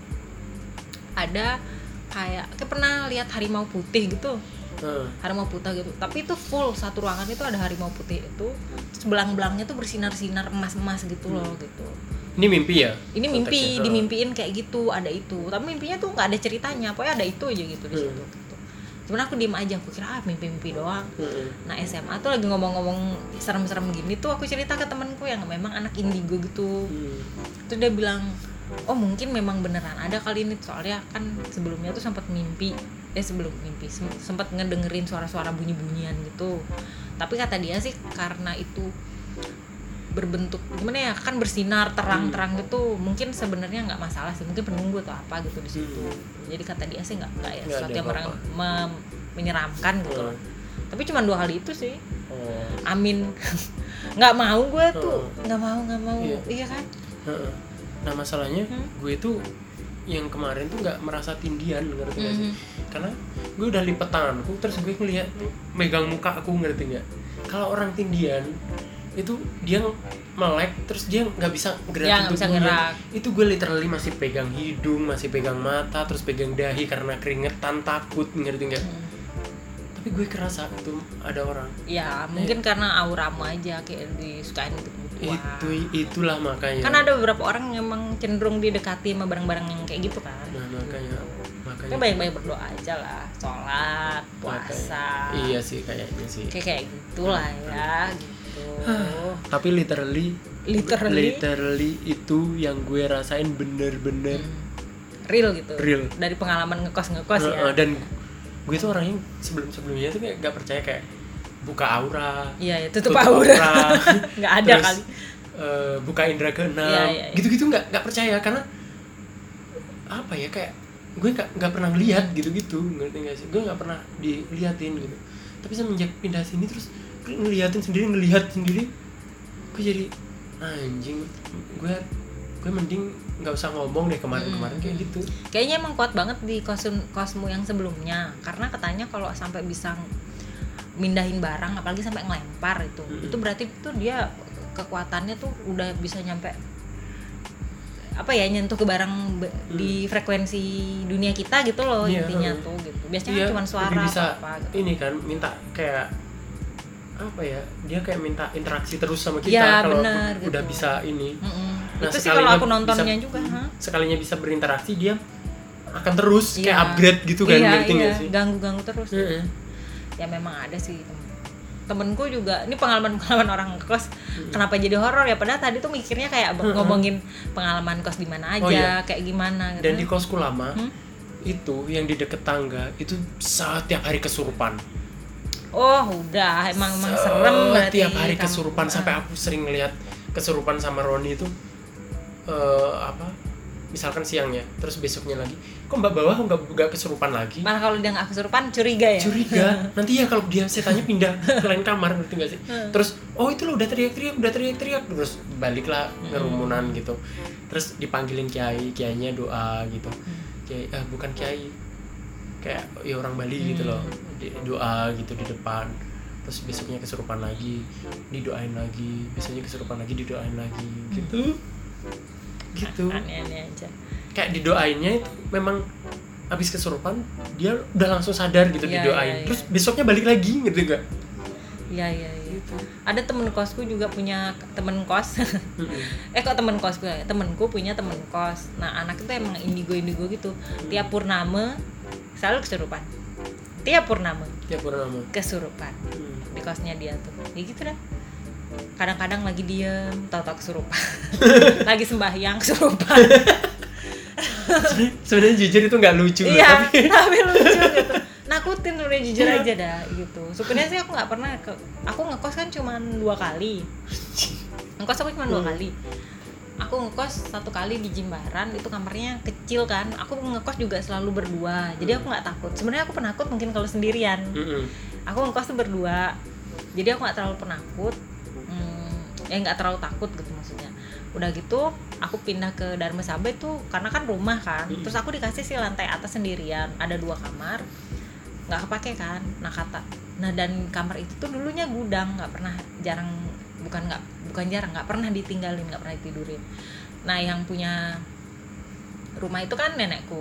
ada kayak kayak pernah lihat harimau putih gitu. Uh. Harimau putih gitu. Tapi itu full satu ruangan itu ada harimau putih itu. Belang-belangnya tuh bersinar-sinar emas-emas gitu loh hmm. gitu. Ini mimpi ya? Ini mimpi, dimimpiin kayak gitu, ada itu. Tapi mimpinya tuh enggak ada ceritanya, pokoknya ada itu aja gitu di situ. Hmm. Cuman aku diem aja, aku kira ah mimpi-mimpi doang. Mm-hmm. Nah S M A tuh lagi ngomong-ngomong serem-serem gini tuh aku cerita ke temanku yang memang anak indigo gitu. Mm. Terus dia bilang, oh mungkin memang beneran ada kali ini, soalnya kan sebelumnya tuh sempat mimpi, eh sebelum mimpi sempat ngedengerin suara-suara bunyi-bunyian gitu. Tapi kata dia sih karena itu berbentuk gimana ya, kan bersinar terang-terang gitu, mungkin sebenarnya nggak masalah sih, mungkin penunggu atau apa gitu di situ. Hmm. Jadi kata dia sih nggak nggak ya sesuatu yang orang me- menyeramkan gitu. Hmm. Tapi cuma dua kali itu sih. Oh. Amin. Nggak mau gue tuh, nggak mau nggak mau, iya, iya kan? Nah masalahnya hmm? gue tuh yang kemarin tuh nggak merasa tindian, ngerti nggak mm-hmm. sih? Karena gue udah lipet tanganku, terus gue ngeliat megang muka aku, ngerti nggak? Kalau orang tindian itu dia melek terus dia nggak bisa gerak ya, tubuhnya. Itu gue literally masih pegang hidung, masih pegang mata, terus pegang dahi karena keringetan, takut, ngerti nggak? Hmm. Tapi gue kerasa itu ada orang. Ya mungkin eh. karena auramu aja kayak disukain gitu. Itu itulah makanya. Kan ada beberapa orang yang emang cenderung didekati sama barang-barang yang kayak gitu kan. Nah makanya. makanya. Kan banyak-banyak berdoa aja lah, sholat, puasa. Makanya. Iya sih kayaknya sih. Kayak kayak gitulah ya. Gitu. Tapi literally, literally literally itu yang gue rasain bener-bener hmm. real gitu. Real. Dari pengalaman ngekos-ngekos uh, ya. Dan gue tuh orangnya sebelum-sebelumnya tuh kayak gak percaya kayak buka aura. Iya, ya, tutup, tutup aura. aura. Gak ada terus, kali. Uh, buka indra keenam. Ya, ya, ya. Gitu-gitu gak, gak percaya karena apa ya, kayak gue gak, gak pernah lihat gitu-gitu, ngerti gak sih? Gue gak pernah diliatin gitu. Tapi semenjak pindah sini terus ngeliatin sendiri, ngelihat sendiri, gue jadi anjing, gue gue mending nggak usah ngomong deh kemarin-kemarin kayak gitu. Kayaknya emang kuat banget di kosum kosmu yang sebelumnya, karena katanya kalau sampai bisa mindahin barang, apalagi sampai ngelempar itu, hmm. itu berarti tuh dia kekuatannya tuh udah bisa nyampe apa ya, nyentuh ke barang be- hmm. di frekuensi dunia kita gitu loh, yeah, intinya hmm. tuh gitu. Biasanya yeah, cuma suara bisa, apa gitu. Ini kan minta kayak apa ya, dia kayak minta interaksi terus sama kita ya, kalau bener, udah gitu. bisa ini. Mm-mm. Nah, itu sih kalau aku nontonnya bisa, juga. Huh? Sekalinya bisa berinteraksi dia akan terus ya. Kayak upgrade gitu kan, iya, ngerti nggak iya. sih? Ganggu-ganggu terus. Mm-hmm. Ya memang ada sih. Temenku juga, ini pengalaman-pengalaman orang kos. Mm-hmm. Kenapa jadi horor ya? Padahal tadi tuh mikirnya kayak mm-hmm. ngomongin pengalaman kos di mana aja, oh, iya. kayak gimana. Gitu. Dan di kosku lama hmm? itu yang di deket tangga itu setiap hari kesurupan. Oh udah, emang emang serem berarti. Tiap hari kesurupan, sampai aku sering ngeliat kesurupan sama Roni itu uh, apa misalkan siangnya, terus besoknya lagi, kok mbak bawah nggak nggak kesurupan lagi? Malah kalau dia nggak kesurupan curiga ya. Curiga. Nanti ya kalau dia setannya pindah ke lain kamar, ngerti nggak sih? Terus oh itu lo udah teriak-teriak, udah teriak-teriak, terus baliklah kerumunan gitu. Terus dipanggilin kiai, kiainya doa gitu. Kiai, eh, bukan kiai, kayak ya orang Bali gitu loh, doa gitu di depan. Terus besoknya kesurupan lagi, didoain lagi, besoknya kesurupan lagi, didoain lagi, gitu. Gitu. Aneh-aneh aja. Kayak didoainnya itu memang habis kesurupan dia udah langsung sadar gitu ya, didoain. ya, ya. Terus besoknya balik lagi gitu enggak? Iya iya gitu. Ada temen kosku juga punya temen kos. eh kok temen kosku ya? Temenku punya temen kos. Nah, anak itu emang indigo-indigo gitu. Tiap purnama selalu kesurupan. Tiap purnama. Tiap purnama kesurupan. Hmm. Di kosnya dia tuh. Ya gitu dah. Kadang-kadang lagi diem, tahu-tahu kesurupan. Lagi sembahyang kesurupan. Sebenarnya jujur itu nggak lucu loh, iya, tapi tapi lucu gitu. Nakutin udah jujur aja dah gitu. Sebenarnya sih aku nggak pernah ke, aku ngekos kan cuma dua kali. Ngekos aku cuma dua kali. Aku ngekos satu kali di Jimbaran, itu kamarnya kecil kan. Aku ngekos juga selalu berdua, jadi aku nggak takut. Sebenarnya aku penakut mungkin kalau sendirian. Mm-mm. Aku ngekos tuh berdua, jadi aku nggak terlalu penakut. Ya nggak terlalu takut gitu maksudnya. Udah gitu aku pindah ke Dharma Saba tuh karena kan rumah kan, terus aku dikasih sih lantai atas sendirian, ada dua kamar nggak kepake kan. Nah kata nah dan kamar itu tuh dulunya gudang, nggak pernah jarang bukan nggak bukan jarang nggak pernah ditinggalin, nggak pernah ditidurin. Nah yang punya rumah itu kan nenekku.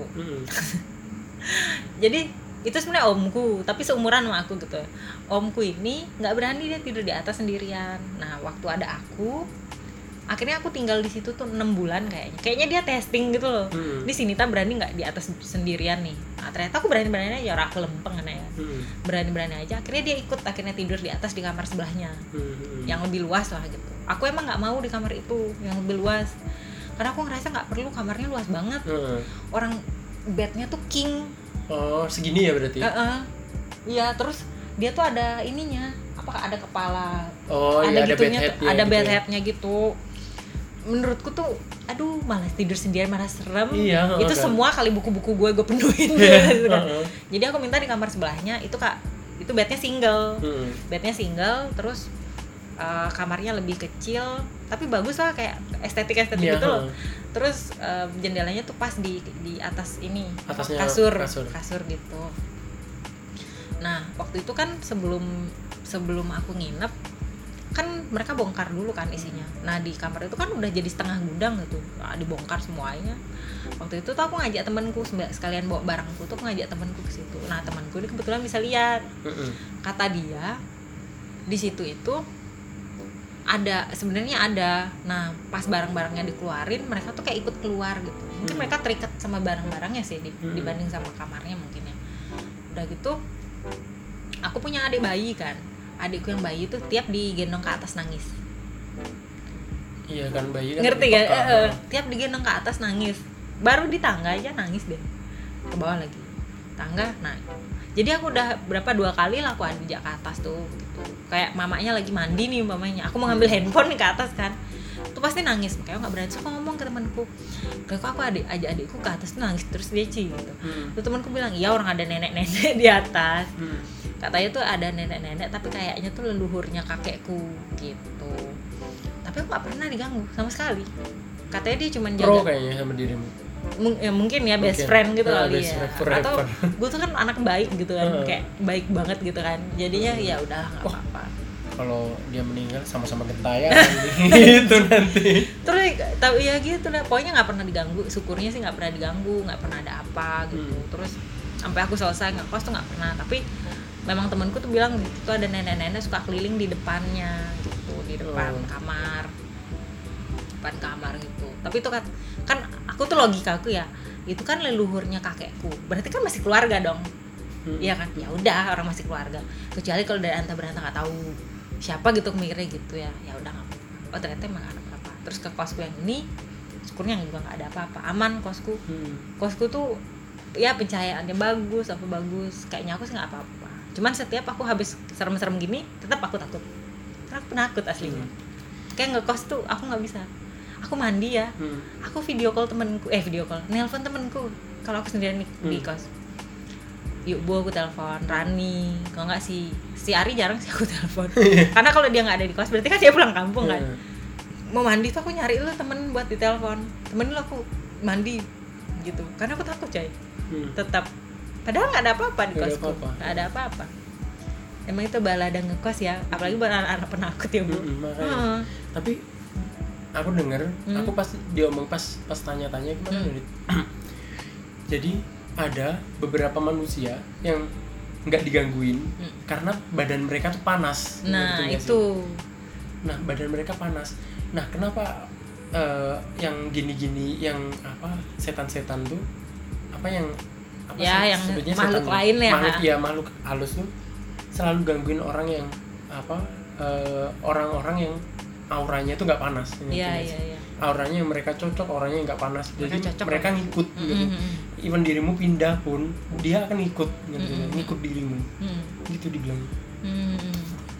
Jadi itu sebenarnya omku, tapi seumuran sama aku gitu. Omku ini nggak berani dia tidur di atas sendirian. Nah waktu ada aku, akhirnya aku tinggal di situ tuh enam bulan kayaknya. Kayaknya dia testing gitu loh. Hmm. Di sini tak berani nggak di atas sendirian nih. Nah, ternyata aku berani-berani aja, orang aku lempeng kan ya. Hmm. Berani-berani aja. Akhirnya dia ikut, akhirnya tidur di atas di kamar sebelahnya, hmm. yang lebih luas lah gitu. Aku emang nggak mau di kamar itu yang lebih luas, karena aku ngerasa nggak perlu, kamarnya luas banget. Hmm. Orang bednya tuh king. Oh, segini ya berarti? Uh-uh. Iya, terus dia tuh ada ininya, apa ada kepala, oh, ada iya, gitunya, ada bed ada gitu bed headnya gitu. Menurutku tuh, aduh, malah tidur sendirian malah serem. Iya, itu kan. Semua kali buku-buku gue gue penuhin yeah, gitu kan. uh-uh. Jadi aku minta di kamar sebelahnya itu kak, itu bednya single, hmm. bednya single, terus uh, kamarnya lebih kecil, tapi bagus lah kayak estetik-estetik yeah, gitu loh. Terus uh, jendelanya tuh pas di di atas ini atasnya kasur, kasur kasur gitu. Nah waktu itu kan sebelum sebelum aku nginep kan mereka bongkar dulu kan isinya. Nah di kamar itu kan udah jadi setengah gudang gitu, nah, dibongkar semuanya. Waktu itu tuh aku ngajak temanku sekalian bawa barangku tuh, aku ngajak temanku ke situ. Nah temanku ini kebetulan bisa lihat. Kata dia di situ itu ada, sebenarnya ada. Nah pas barang-barangnya dikeluarin, mereka tuh kayak ikut keluar gitu. Mungkin hmm. mereka terikat sama barang-barangnya sih hmm. dibanding sama kamarnya mungkin ya. Udah gitu aku punya adik bayi kan, adikku yang bayi tuh tiap digendong ke atas nangis. Iya kan, bayi kan ngerti gak? E, e, tiap digendong ke atas nangis. Baru di tangga aja nangis deh, ke bawah lagi tangga. Nah jadi aku udah berapa dua kali lah aku ajak ke atas tuh gitu. Kayak mamanya lagi mandi nih mamanya, aku mau ngambil handphone nih ke atas kan, tuh pasti nangis. Makanya aku nggak berani, suka ngomong ke temanku, kayak aku adik ajak adikku ke atas tuh nangis terus dia sih gitu. Hmm. Tuh temanku bilang iya orang ada nenek-nenek di atas. Hmm. Katanya tuh ada nenek-nenek tapi kayaknya tuh leluhurnya kakekku gitu. Tapi aku nggak pernah diganggu sama sekali. Katanya dia cuma jaga. Pro kayaknya sama dirimu. M- ya mungkin ya best mungkin. friend gitu nah, kali ya. Atau gue tuh kan anak baik gitu kan, uh. kayak baik banget gitu kan. Jadinya uh. ya udah nggak apa-apa. Kalau dia meninggal sama-sama gentayangan gitu nanti. Terus tapi ya gitu lah. Pokoknya nggak pernah diganggu. Syukurnya sih nggak pernah diganggu, nggak pernah ada apa gitu. Hmm. Terus sampai aku selesai ngekos tuh nggak pernah. Tapi memang temanku tuh bilang gitu tuh ada nenek-nenek suka keliling di depannya gitu, di depan oh. kamar, depan kamar gitu. Tapi itu kan kan aku tuh logika aku ya, itu kan leluhurnya kakekku, berarti kan masih keluarga dong. Iya hmm. kan, ya udah orang masih keluarga, kecuali kalau dari anta beranta nggak tahu siapa gitu mikirnya gitu ya, ya udah nggak apa-apa. Oh ternyata emang ada apa-apa. Terus ke kosku yang ini, syukurnya juga nggak ada apa-apa, aman kosku. hmm. Kosku tuh ya pencahayaannya bagus, apa bagus, kayaknya aku sih nggak apa-apa. Cuman setiap aku habis serem-serem gini, tetap aku takut, karena aku penakut aslinya. hmm. Kayak ngekos tuh aku nggak bisa. aku mandi ya, hmm. aku video call temenku, eh video call, nelpon temenku kalau aku sendirian di, hmm. di kos. Yuk Bu, aku telepon Rani, kalau nggak si si Ari jarang sih aku telepon, karena kalau dia nggak ada di kos berarti kan dia pulang kampung kan. Hmm. Mau mandi tuh aku nyari lu temen buat ditelepon, temen lu aku mandi gitu, karena aku takut coy. Hmm. Tetap, padahal nggak ada apa-apa di gak kosku, nggak ada apa-apa. Emang itu balada ngekos ya, apalagi buat anak-anak penakut ya Bu. Hmm, hmm. Tapi aku denger, hmm. aku pas diomong pas pas tanya-tanya kemana hmm. jadi ada beberapa manusia yang nggak digangguin hmm. karena badan mereka tuh panas. Nah itu. Nah badan mereka panas. Nah kenapa uh, yang gini-gini, yang apa setan-setan tuh apa yang apa ya sih, yang setan, makhluk lain ya makhluk ya makhluk halus tuh selalu gangguin orang yang apa uh, orang-orang yang auranya tuh nggak panas. Iya iya iya. Auranya yang mereka cocok, orangnya yang nggak panas. Jadi mereka, cocok, mereka ngikut mm-hmm. gitu. Even dirimu pindah pun dia akan ngikut gitu. Mm-hmm. Ngikut dirimu. Mm-hmm. Gitu dibilang. Mm-hmm.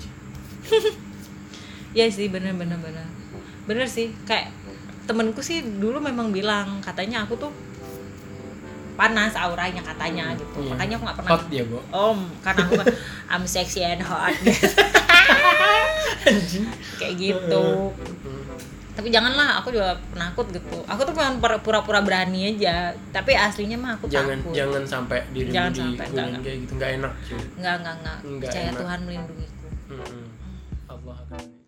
Ya sih benar benar benar. Bener sih, kayak temenku sih dulu memang bilang katanya aku tuh panas auranya katanya hmm, gitu. Iya. Makanya aku enggak pernah hot dia, Bu. Om, karena aku kan I'm sexy and hot gitu. Anjing. Kayak gitu. Tapi janganlah, aku juga penakut gitu. Aku tuh memang pura-pura berani aja, tapi aslinya mah aku jangan, takut. Jangan sampai dirimu jangan di sampai, enggak, kayak gitu, enggak enak. Enggak, enggak, enggak. Percaya Tuhan melindungiku. Hmm. Allah akan